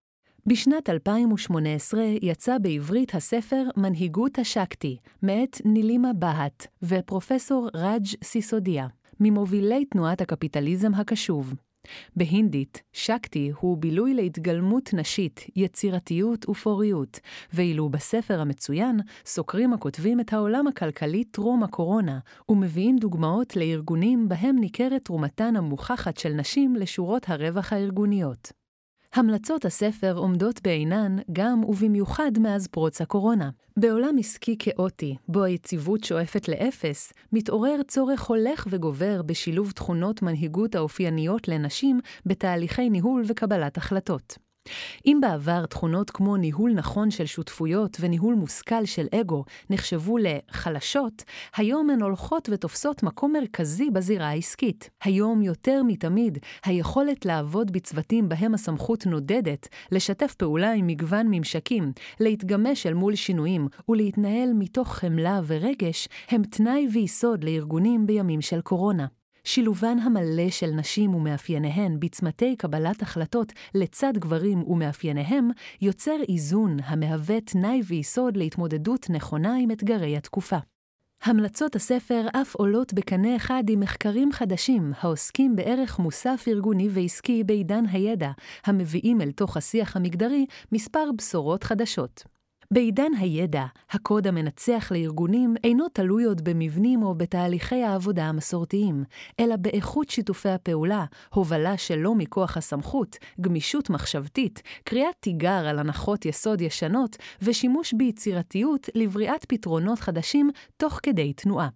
בשנת אלפיים ושמונה עשרה יצא בעברית הספר מנהיגות השקטי, מאת נילימה בהט ופרופסור רג' סיסודיה, ממובילי תנועת הקפיטליזם הקשוב. בהינדית, שקטי הוא בילוי להתגלמות נשית, יצירתיות ופוריות, ואילו בספר המצוין סוקרים הכותבים את העולם הכלכלי טרום הקורונה, ומביאים דוגמאות לארגונים בהם ניכרת תרומתן המוכחת של נשים לשורות הרווח הארגוניות. המלצות הספר עומדות בעינן גם ובמיוחד מאז פרוץ הקורונה. בעולם עסקי כאוטי, בו היציבות שואפת לאפס, מתעורר צורך הולך וגובר בשילוב תכונות מנהיגות האופייניות לנשים בתהליכי ניהול וקבלת החלטות. אם בעבר תכונות כמו ניהול נכון של שותפויות וניהול מושכל של אגו נחשבו לחלשות, היום הן הולכות ותופסות מקום מרכזי בזירה העסקית. היום יותר מתמיד היכולת לעבוד בצוותים בהם הסמכות נודדת, לשתף פעולה עם מגוון ממשקים, להתגמש אל מול שינויים ולהתנהל מתוך חמלה ורגש הם תנאי ויסוד לארגונים בימים של קורונה. שילובן המלא של נשים ומאפייניהן בצמתי קבלת החלטות לצד גברים ומאפייניהם יוצר איזון המהווה תנאי ויסוד להתמודדות נכונה עם אתגרי התקופה. המלצות הספר אף עולות בקנה אחד עם מחקרים חדשים העוסקים בערך מוסף ארגוני ועסקי בעידן הידע, המביאים אל תוך השיח המגדרי מספר בשורות חדשות. בעידן הידע, הקוד המנצח לארגונים אינו תלוי עוד במבנים או בתהליכי העבודה המסורתיים, אלא באיכות שיתופי הפעולה, הובלה שלא מכוח הסמכות, גמישות מחשבתית, קריאת תיגר על הנחות יסוד ישנות ושימוש ביצירתיות לבריאת פתרונות חדשים תוך כדי תנועה.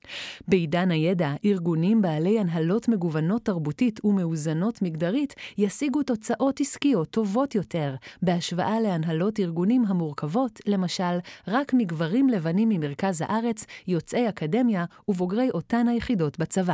בעידן הידע, ארגונים בעלי הנהלות מגוונות תרבותית ומאוזנות מגדרית ישיגו תוצאות עסקיות טובות יותר, בהשוואה להנהלות ארגונים המורכבות, למשל, רק מגברים לבנים ממרכז הארץ, יוצאי אקדמיה ובוגרי אותן היחידות בצבא.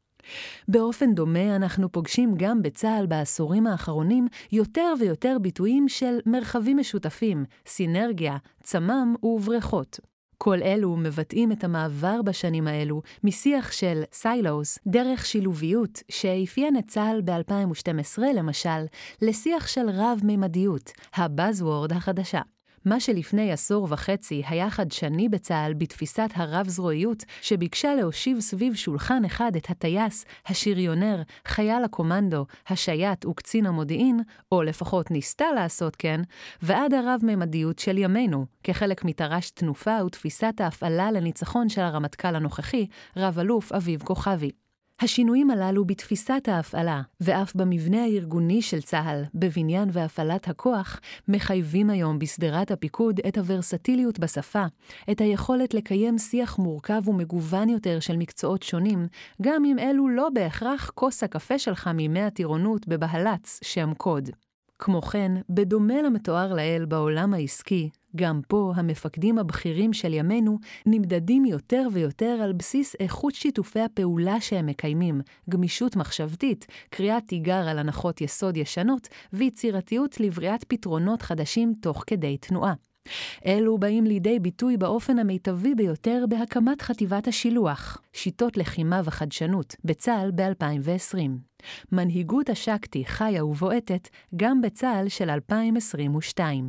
באופן דומה אנחנו פוגשים גם בצה"ל בעשורים האחרונים יותר ויותר ביטויים של מרחבים משותפים, סינרגיה, צמ"ם ובריכות. כל אלו מבטאים את המעבר בשנים האלו משיח של סיילוס, דרך שילוביות שהאפיין את צה"ל ב-אלפיים ושתים עשרה למשל, לשיח של רב-ממדיות, הבאזוורד החדשה. מה שלפני עשור וחצי היה חדשני בצה"ל בתפיסת הרב-זרועיות שביקשה להושיב סביב שולחן אחד את הטייס, השריונר, חייל הקומנדו, השייט וקצין המודיעין, או לפחות ניסתה לעשות כן, ועד הרב-ממדיות של ימינו, כחלק מתר"ש תנופה ותפיסת ההפעלה לניצחון של הרמטכ"ל הנוכחי, רב-אלוף אביב כוכבי. השינויים הללו בתפיסת ההפעלה, ואף במבנה הארגוני של צה"ל, בבניין והפעלת הכוח, מחייבים היום בסדרת הפיקוד את הוורסטיליות בשפה, את היכולת לקיים שיח מורכב ומגוון יותר של מקצועות שונים, גם אם אלו לא בהכרח כוס הקפה שלך מימי הטירונות בבהלץ שם קוד. כמו כן, בדומה למתואר לאל בעולם העסקי, גם פה המפקדים הבכירים של ימינו נמדדים יותר ויותר על בסיס איכות שיתופי הפעולה שהם מקיימים, גמישות מחשבתית, קריאת תיגר על הנחות יסוד ישנות ויצירתיות לבריאת פתרונות חדשים תוך כדי תנועה. אלו באים לידי ביטוי באופן המיטבי ביותר בהקמת חטיבת השילוח, שיטות לחימה וחדשנות, בצה"ל ב-אלפיים ועשרים. מנהיגות השקטי חיה ובועטת גם בצה"ל של אלפיים עשרים ושתיים.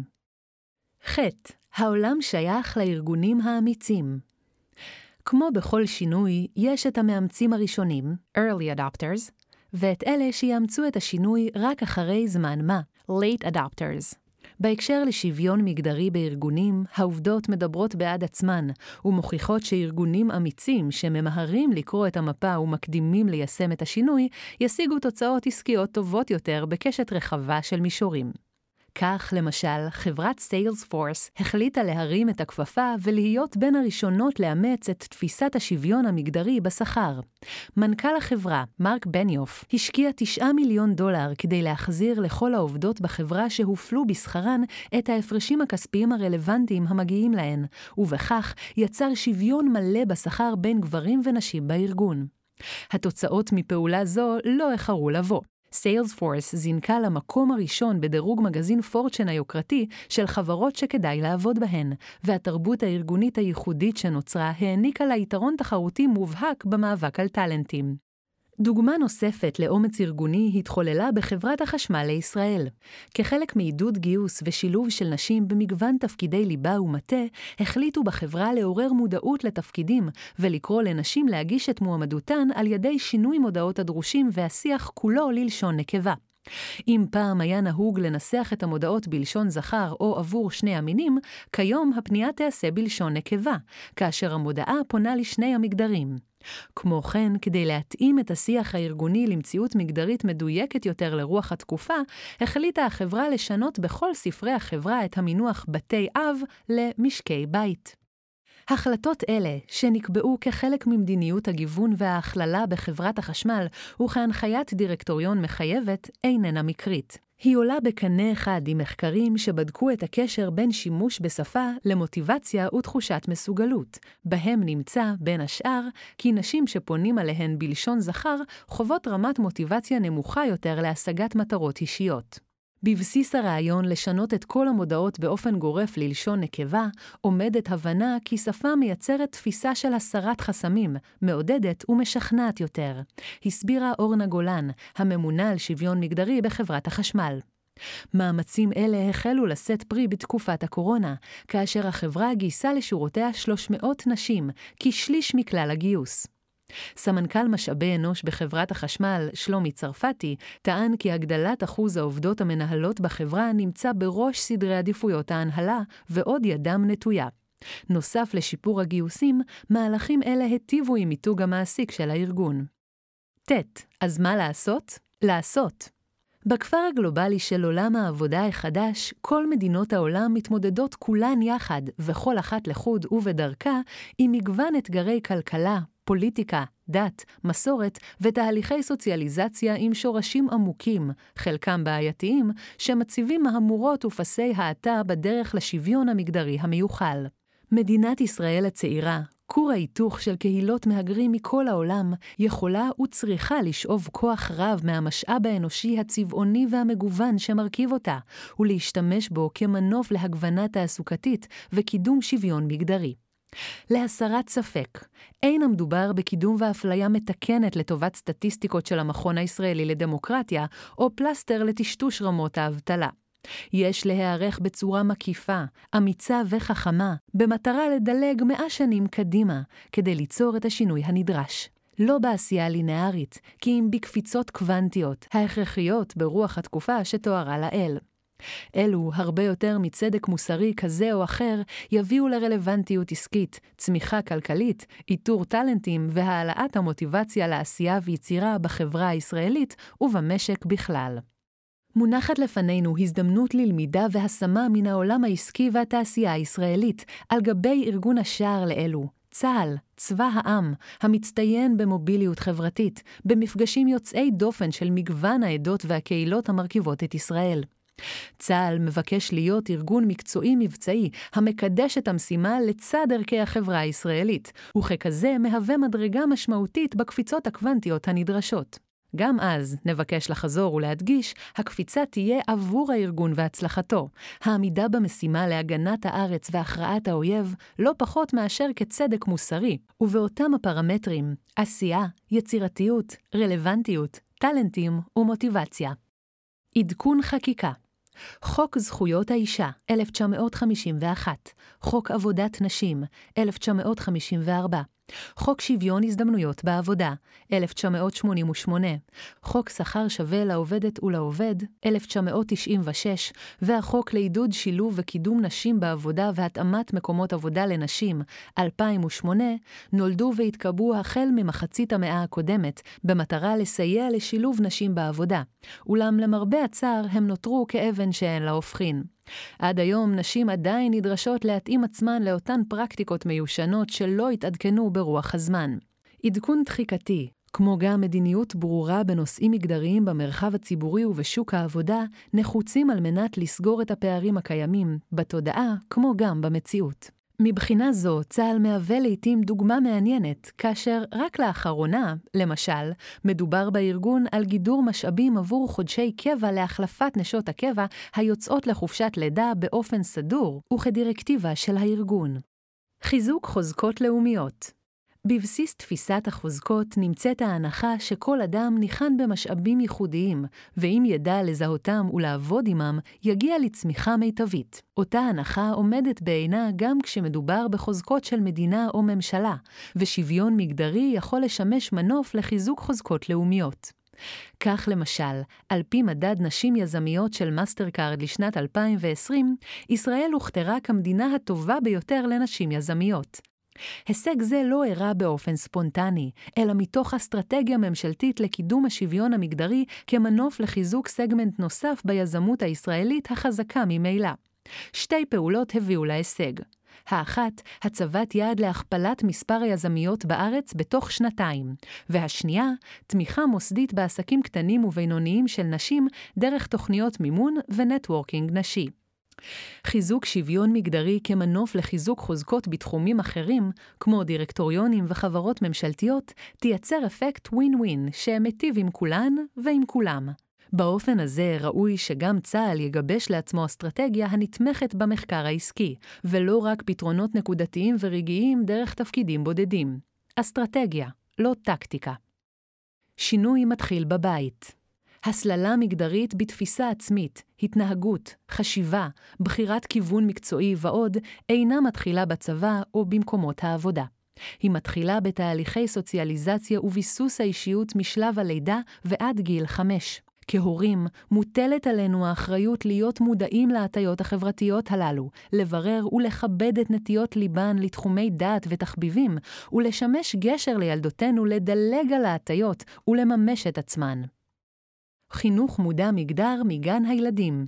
ח' העולם שייך לארגונים האמיצים. כמו בכל שינוי, יש את המאמצים הראשונים, early adopters, ואת אלה שיאמצו את השינוי רק אחרי זמן מה, late adopters. בהקשר לשוויון מגדרי בארגונים, העובדות מדברות בעד עצמן, ומוכיחות שארגונים אמיצים שממהרים לקרוא את המפה ומקדימים ליישם את השינוי, ישיגו תוצאות עסקיות טובות יותר בקשת רחבה של מישורים. כך, למשל, חברת סיילספורס החליטה להרים את הכפפה ולהיות בין הראשונות לאמץ את תפיסת השוויון המגדרי בשכר. מנכ"ל החברה, מרק בניוף, השקיע תשעה מיליון דולר כדי להחזיר לכל העובדות בחברה שהופלו בשכרן את ההפרשים הכספיים הרלוונטיים המגיעים להן, ובכך יצר שוויון מלא בשכר בין גברים ונשים בארגון. התוצאות מפעולה זו לא איחרו לבוא. סיילספורס זינקה למקום הראשון בדירוג מגזין פורצ'ן היוקרתי של חברות שכדאי לעבוד בהן, והתרבות הארגונית הייחודית שנוצרה העניקה לה יתרון תחרותי מובהק במאבק על טלנטים. דוגמה נוספת לאומץ ארגוני התחוללה בחברת החשמל לישראל. כחלק מעידוד גיוס ושילוב של נשים במגוון תפקידי ליבה ומטה, החליטו בחברה לעורר מודעות לתפקידים ולקרוא לנשים להגיש את מועמדותן על ידי שינוי מודעות הדרושים והשיח כולו ללשון נקבה. אם פעם היה נהוג לנסח את המודעות בלשון זכר או עבור שני המינים, כיום הפנייה תיעשה בלשון נקבה, כאשר המודעה פונה לשני המגדרים. כמו כן, כדי להתאים את השיח הארגוני למציאות מגדרית מדויקת יותר לרוח התקופה, החליטה החברה לשנות בכל ספרי החברה את המינוח בתי אב למשקי בית. החלטות אלה, שנקבעו כחלק ממדיניות הגיוון וההכללה בחברת החשמל וכהנחיית דירקטוריון מחייבת, איננה מקרית. היא עולה בקנה אחד עם מחקרים שבדקו את הקשר בין שימוש בשפה למוטיבציה ותחושת מסוגלות, בהם נמצא, בין השאר, כי נשים שפונים עליהן בלשון זכר חוות רמת מוטיבציה נמוכה יותר להשגת מטרות אישיות. בבסיס הרעיון לשנות את כל המודעות באופן גורף ללשון נקבה, עומדת הבנה כי שפה מייצרת תפיסה של הסרת חסמים, מעודדת ומשכנעת יותר, הסבירה אורנה גולן, הממונה על שוויון מגדרי בחברת החשמל. מאמצים אלה החלו לשאת פרי בתקופת הקורונה, כאשר החברה גייסה לשורותיה שלוש מאות נשים, כשליש מכלל הגיוס. סמנכ"ל משאבי אנוש בחברת החשמל, שלומי צרפתי, טען כי הגדלת אחוז העובדות המנהלות בחברה נמצא בראש סדרי עדיפויות ההנהלה, ועוד ידם נטויה. נוסף לשיפור הגיוסים, מהלכים אלה היטיבו עם מיתוג המעסיק של הארגון. תת, אז מה לעשות? לעשות. בכפר הגלובלי של עולם העבודה החדש, כל מדינות העולם מתמודדות כולן יחד, וכל אחת לחוד ובדרכה, עם מגוון אתגרי כלכלה, פוליטיקה, דת, מסורת ותהליכי סוציאליזציה עם שורשים עמוקים, חלקם בעייתיים, שמציבים מהמורות ופסי האטה בדרך לשוויון המגדרי המיוחל. מדינת ישראל הצעירה, כור ההיתוך של קהילות מהגרים מכל העולם, יכולה וצריכה לשאוב כוח רב מהמשאב האנושי הצבעוני והמגוון שמרכיב אותה, ולהשתמש בו כמנוף להגוונה תעסוקתית וקידום שוויון מגדרי. להסרת ספק, אין המדובר בקידום ואפליה מתקנת לטובת סטטיסטיקות של המכון הישראלי לדמוקרטיה, או פלסטר לטשטוש רמות האבטלה. יש להיערך בצורה מקיפה, אמיצה וחכמה, במטרה לדלג מאה שנים קדימה, כדי ליצור את השינוי הנדרש. לא בעשייה לינארית, כי אם בקפיצות קוונטיות, ההכרחיות ברוח התקופה שתוארה לאל. אלו, הרבה יותר מצדק מוסרי כזה או אחר, יביאו לרלוונטיות עסקית, צמיחה כלכלית, איתור טלנטים והעלאת המוטיבציה לעשייה ויצירה בחברה הישראלית ובמשק בכלל. מונחת לפנינו הזדמנות ללמידה והשמה מן העולם העסקי והתעשייה הישראלית, על גבי ארגון השער לאלו, צה"ל, צבא העם, המצטיין במוביליות חברתית, במפגשים יוצאי דופן של מגוון העדות והקהילות המרכיבות את ישראל. צה"ל מבקש להיות ארגון מקצועי מבצעי המקדש את המשימה לצד ערכי החברה הישראלית, וככזה מהווה מדרגה משמעותית בקפיצות הקוונטיות הנדרשות. גם אז נבקש לחזור ולהדגיש, הקפיצה תהיה עבור הארגון והצלחתו, העמידה במשימה להגנת הארץ והכרעת האויב לא פחות מאשר כצדק מוסרי, ובאותם הפרמטרים, עשייה, יצירתיות, רלוונטיות, טלנטים ומוטיבציה. עדכון חקיקה. חוק זכויות האישה, אלף תשע מאות חמישים ואחת, חוק עבודת נשים, אלף תשע מאות חמישים וארבע, חוק שוויון הזדמנויות בעבודה, אלף תשע מאות שמונים ושמונה, חוק שכר שווה לעובדת ולעובד, אלף תשע מאות תשעים ושש, והחוק לעידוד שילוב וקידום נשים בעבודה והתאמת מקומות עבודה לנשים, אלפיים ושמונה, נולדו והתקבעו החל ממחצית המאה הקודמת, במטרה לסייע לשילוב נשים בעבודה, אולם למרבה הצער הם נותרו כאבן שאין לה הופכין. עד היום נשים עדיין נדרשות להתאים עצמן לאותן פרקטיקות מיושנות שלא התעדכנו ברוח הזמן. עדכון דחיקתי, כמו גם מדיניות ברורה בנושאים מגדריים במרחב הציבורי ובשוק העבודה, נחוצים על מנת לסגור את הפערים הקיימים, בתודעה כמו גם במציאות. מבחינה זו, צה"ל מהווה לעתים דוגמה מעניינת, כאשר רק לאחרונה, למשל, מדובר בארגון על גידור משאבים עבור חודשי קבע להחלפת נשות הקבע היוצאות לחופשת לידה באופן סדור וכדירקטיבה של הארגון. חיזוק חוזקות לאומיות. בבסיס תפיסת החוזקות נמצאת ההנחה שכל אדם ניחן במשאבים ייחודיים, ואם ידע לזהותם ולעבוד עמם, יגיע לצמיחה מיטבית. אותה הנחה עומדת בעינה גם כשמדובר בחוזקות של מדינה או ממשלה, ושוויון מגדרי יכול לשמש מנוף לחיזוק חוזקות לאומיות. כך למשל, על פי מדד נשים יזמיות של מאסטרקארד לשנת אלפיים ועשרים, ישראל הוכתרה כמדינה הטובה ביותר לנשים יזמיות. הישג זה לא אירע באופן ספונטני, אלא מתוך אסטרטגיה ממשלתית לקידום השוויון המגדרי כמנוף לחיזוק סגמנט נוסף ביזמות הישראלית החזקה ממילא. שתי פעולות הביאו להישג. האחת, הצבת יעד להכפלת מספר היזמיות בארץ בתוך שנתיים, והשנייה, תמיכה מוסדית בעסקים קטנים ובינוניים של נשים דרך תוכניות מימון ונטוורקינג נשי. חיזוק שוויון מגדרי כמנוף לחיזוק חוזקות בתחומים אחרים, כמו דירקטוריונים וחברות ממשלתיות, תייצר אפקט ווין-ווין שמטיב עם כולן ועם כולם. באופן הזה ראוי שגם צה"ל יגבש לעצמו אסטרטגיה הנתמכת במחקר העסקי, ולא רק פתרונות נקודתיים ורגעיים דרך תפקידים בודדים. אסטרטגיה, לא טקטיקה. שינוי מתחיל בבית. הסללה מגדרית בתפיסה עצמית, התנהגות, חשיבה, בחירת כיוון מקצועי ועוד, אינה מתחילה בצבא או במקומות העבודה. היא מתחילה בתהליכי סוציאליזציה וביסוס האישיות משלב הלידה ועד גיל חמש. כהורים, מוטלת עלינו האחריות להיות מודעים להטיות החברתיות הללו, לברר ולכבד את נטיות ליבן לתחומי דעת ותחביבים, ולשמש גשר לילדותינו לדלג על ההטיות ולממש את עצמן. חינוך מודע מגדר מגן הילדים.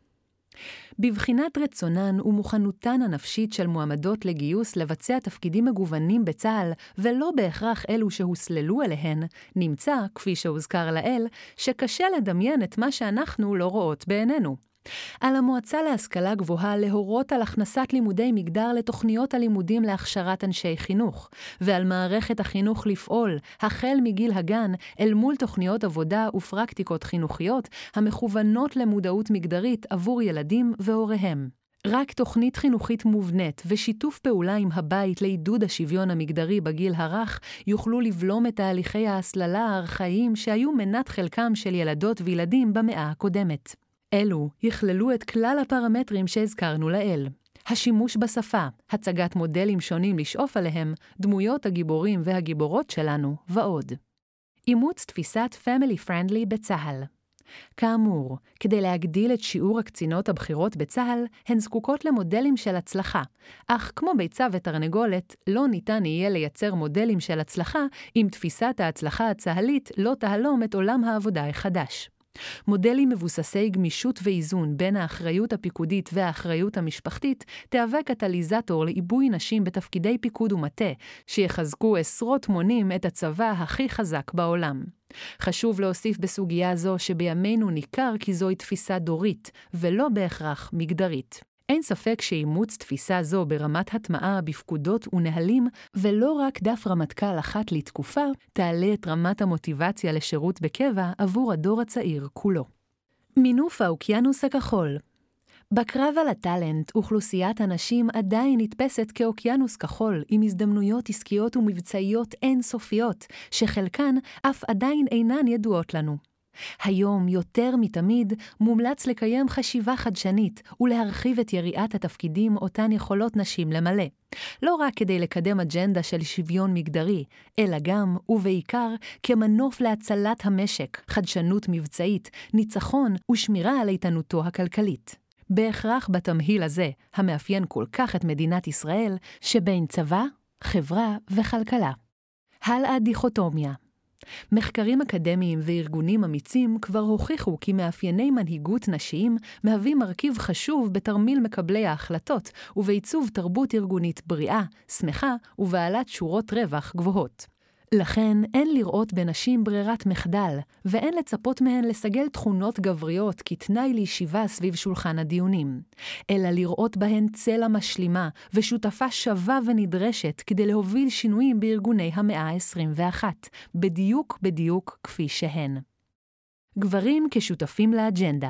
בבחינת רצונן ומוכנותן הנפשית של מועמדות לגיוס לבצע תפקידים מגוונים בצה"ל, ולא בהכרח אלו שהוסללו אליהן, נמצא, כפי שהוזכר לאל, שקשה לדמיין את מה שאנחנו לא רואות בעינינו. על המועצה להשכלה גבוהה להורות על הכנסת לימודי מגדר לתוכניות הלימודים להכשרת אנשי חינוך, ועל מערכת החינוך לפעול, החל מגיל הגן, אל מול תוכניות עבודה ופרקטיקות חינוכיות המכוונות למודעות מגדרית עבור ילדים והוריהם. רק תוכנית חינוכית מובנית ושיתוף פעולה עם הבית לעידוד השוויון המגדרי בגיל הרך יוכלו לבלום את תהליכי ההסללה הארכאיים שהיו מנת חלקם של ילדות וילדים במאה הקודמת. אלו יכללו את כלל הפרמטרים שהזכרנו לאל. השימוש בשפה, הצגת מודלים שונים לשאוף עליהם, דמויות הגיבורים והגיבורות שלנו, ועוד. אימוץ תפיסת family friendly בצה"ל. כאמור, כדי להגדיל את שיעור הקצינות הבכירות בצה"ל, הן זקוקות למודלים של הצלחה, אך כמו ביצה ותרנגולת, לא ניתן יהיה לייצר מודלים של הצלחה אם תפיסת ההצלחה הצה"לית לא תהלום את עולם העבודה החדש. מודלים מבוססי גמישות ואיזון בין האחריות הפיקודית והאחריות המשפחתית תהווה קטליזטור לעיבוי נשים בתפקידי פיקוד ומטה, שיחזקו עשרות מונים את הצבא הכי חזק בעולם. חשוב להוסיף בסוגיה זו שבימינו ניכר כי זוהי תפיסה דורית, ולא בהכרח מגדרית. אין ספק שאימוץ תפיסה זו ברמת הטמעה בפקודות ונהלים, ולא רק דף רמטכ"ל אחת לתקופה, תעלה את רמת המוטיבציה לשירות בקבע עבור הדור הצעיר כולו. מינוף האוקיינוס הכחול. בקרב על הטלנט, אוכלוסיית הנשים עדיין נתפסת כאוקיינוס כחול, עם הזדמנויות עסקיות ומבצעיות אינסופיות, שחלקן אף עדיין אינן ידועות לנו. היום יותר מתמיד מומלץ לקיים חשיבה חדשנית ולהרחיב את יריעת התפקידים אותן יכולות נשים למלא. לא רק כדי לקדם אג'נדה של שוויון מגדרי, אלא גם ובעיקר כמנוף להצלת המשק, חדשנות מבצעית, ניצחון ושמירה על איתנותו הכלכלית. בהכרח בתמהיל הזה, המאפיין כל כך את מדינת ישראל, שבין צבא, חברה וכלכלה. הלאה דיכוטומיה. מחקרים אקדמיים וארגונים אמיצים כבר הוכיחו כי מאפייני מנהיגות נשיים מהווים מרכיב חשוב בתרמיל מקבלי ההחלטות ובעיצוב תרבות ארגונית בריאה, שמחה ובעלת שורות רווח גבוהות. לכן אין לראות בנשים ברירת מחדל, ואין לצפות מהן לסגל תכונות גבריות כתנאי לישיבה סביב שולחן הדיונים, אלא לראות בהן צלע משלימה ושותפה שווה ונדרשת כדי להוביל שינויים בארגוני המאה ה-עשרים ואחת, בדיוק בדיוק כפי שהן. גברים כשותפים לאג'נדה.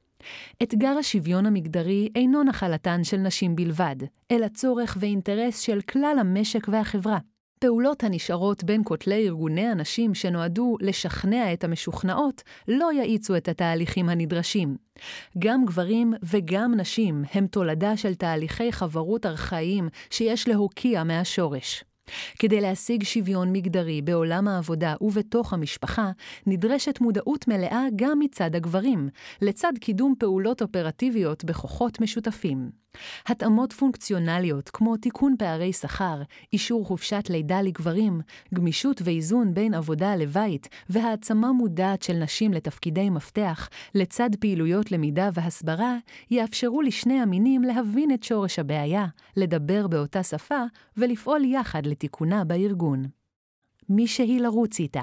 אתגר השוויון המגדרי אינו נחלתן של נשים בלבד, אלא צורך ואינטרס של כלל המשק והחברה. פעולות הנשארות בין כותלי ארגוני הנשים שנועדו לשכנע את המשוכנעות לא יאיצו את התהליכים הנדרשים. גם גברים וגם נשים הם תולדה של תהליכי חברות ארכאיים שיש להוקיע מהשורש. כדי להשיג שוויון מגדרי בעולם העבודה ובתוך המשפחה, נדרשת מודעות מלאה גם מצד הגברים, לצד קידום פעולות אופרטיביות בכוחות משותפים. התאמות פונקציונליות כמו תיקון פערי שכר, אישור חופשת לידה לגברים, גמישות ואיזון בין עבודה לבית והעצמה מודעת של נשים לתפקידי מפתח, לצד פעילויות למידה והסברה, יאפשרו לשני המינים להבין את שורש הבעיה, לדבר באותה שפה ולפעול יחד לתיקונה בארגון. מי שהיא לרוץ איתה.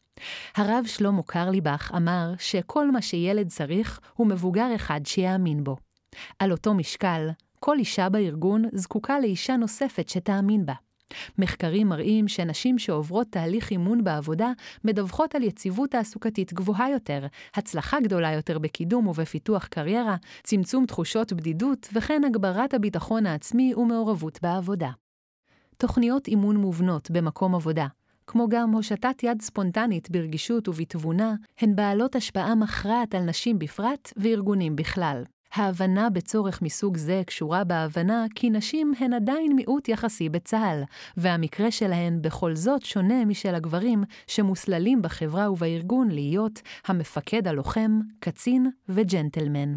הרב שלמה קרליבך אמר שכל מה שילד צריך הוא מבוגר אחד שיאמין בו. על אותו משקל, כל אישה בארגון זקוקה לאישה נוספת שתאמין בה. מחקרים מראים שנשים שעוברות תהליך אימון בעבודה מדווחות על יציבות תעסוקתית גבוהה יותר, הצלחה גדולה יותר בקידום ובפיתוח קריירה, צמצום תחושות בדידות וכן הגברת הביטחון העצמי ומעורבות בעבודה. תוכניות אימון מובנות במקום עבודה, כמו גם הושטת יד ספונטנית ברגישות ובתבונה, הן בעלות השפעה מכרעת על נשים בפרט וארגונים בכלל. ההבנה בצורך מסוג זה קשורה בהבנה כי נשים הן עדיין מיעוט יחסי בצה"ל, והמקרה שלהן בכל זאת שונה משל הגברים שמוסללים בחברה ובארגון להיות המפקד הלוחם, קצין וג'נטלמן.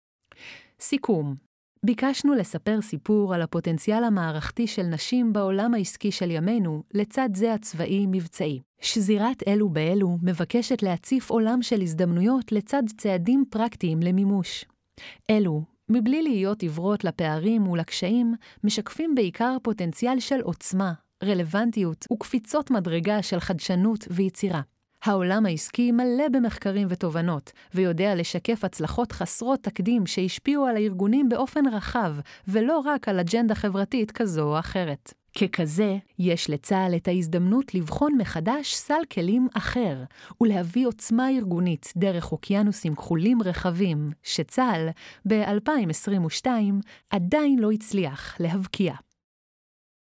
סיכום. ביקשנו לספר סיפור על הפוטנציאל המערכתי של נשים בעולם העסקי של ימינו, לצד זה הצבאי-מבצעי. שזירת אלו באלו מבקשת להציף עולם של הזדמנויות לצד צעדים פרקטיים למימוש. אלו, מבלי להיות עברות לפערים ולקשיים, משקפים בעיקר פוטנציאל של עוצמה, רלוונטיות וקפיצות מדרגה של חדשנות ויצירה. העולם העסקי מלא במחקרים ותובנות, ויודע לשקף הצלחות חסרות תקדים שהשפיעו על הארגונים באופן רחב, ולא רק על אג'נדה חברתית כזו או אחרת. ככזה, יש לצה"ל את ההזדמנות לבחון מחדש סל כלים אחר, ולהביא עוצמה ארגונית דרך אוקיינוסים כחולים רחבים, שצה"ל ב-אלפיים עשרים ושתיים עדיין לא הצליח להבקיע.